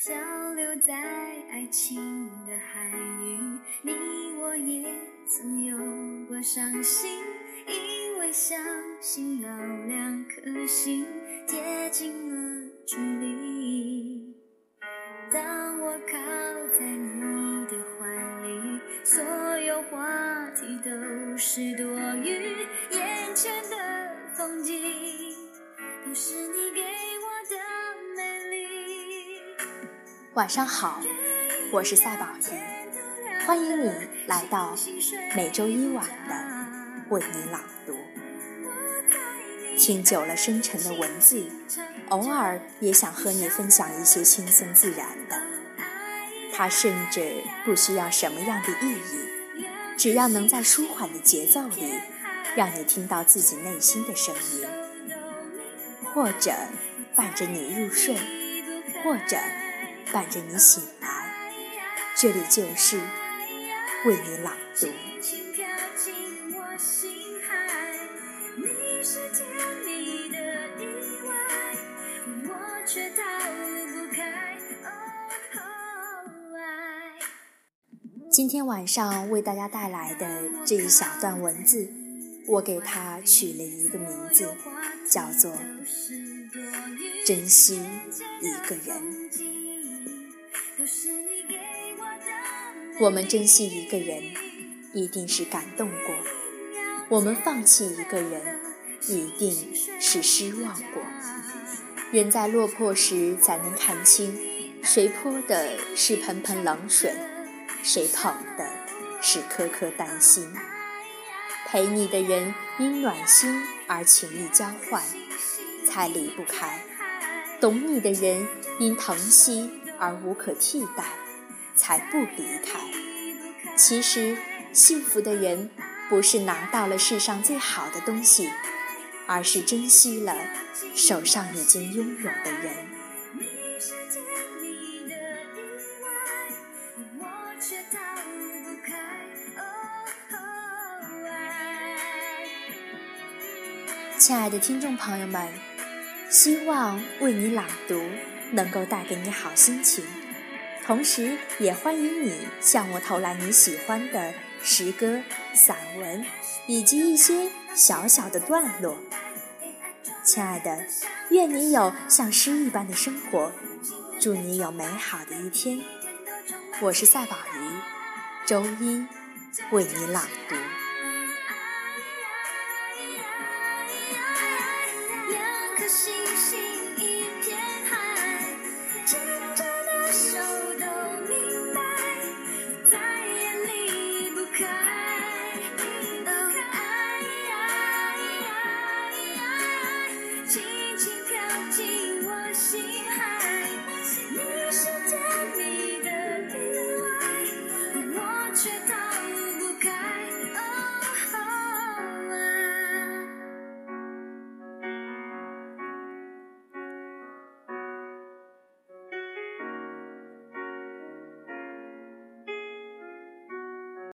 漂流在爱情的海域，你我也曾有过伤心，因为相信要两颗心贴近了距离。当我靠在你的怀里，所有话题都是多余，眼前的风景都是你给我的美丽。 晚上好，我是赛宝仪，欢迎你来到每周一晚的为你朗读。听久了深沉的文字，偶尔也想和你分享一些轻松自然的。它甚至不需要什么样的意义，只要能在舒缓的节奏里，让你听到自己内心的声音，或者伴着你入睡，或者伴着你醒来，这里就是为你朗读。今天晚上为大家带来的这一小段文字，我给它取了一个名字，叫做珍惜一个人。我们珍惜一个人，一定是感动过；我们放弃一个人，一定是失望过。人在落魄时才能看清，谁泼的是盆盆冷水，谁捧的是颗颗丹心。陪你的人因暖心而情谊交换，才离不开；懂你的人因疼惜而无可替代，才不离开。其实幸福的人不是拿到了世上最好的东西，而是珍惜了手上已经拥有的人。亲爱的听众朋友们，希望为你朗读能够带给你好心情，同时也欢迎你向我投来你喜欢的诗歌、散文以及一些小小的段落。亲爱的，愿你有像诗一般的生活，祝你有美好的一天。我是赛宝仪，周一为你朗读。 心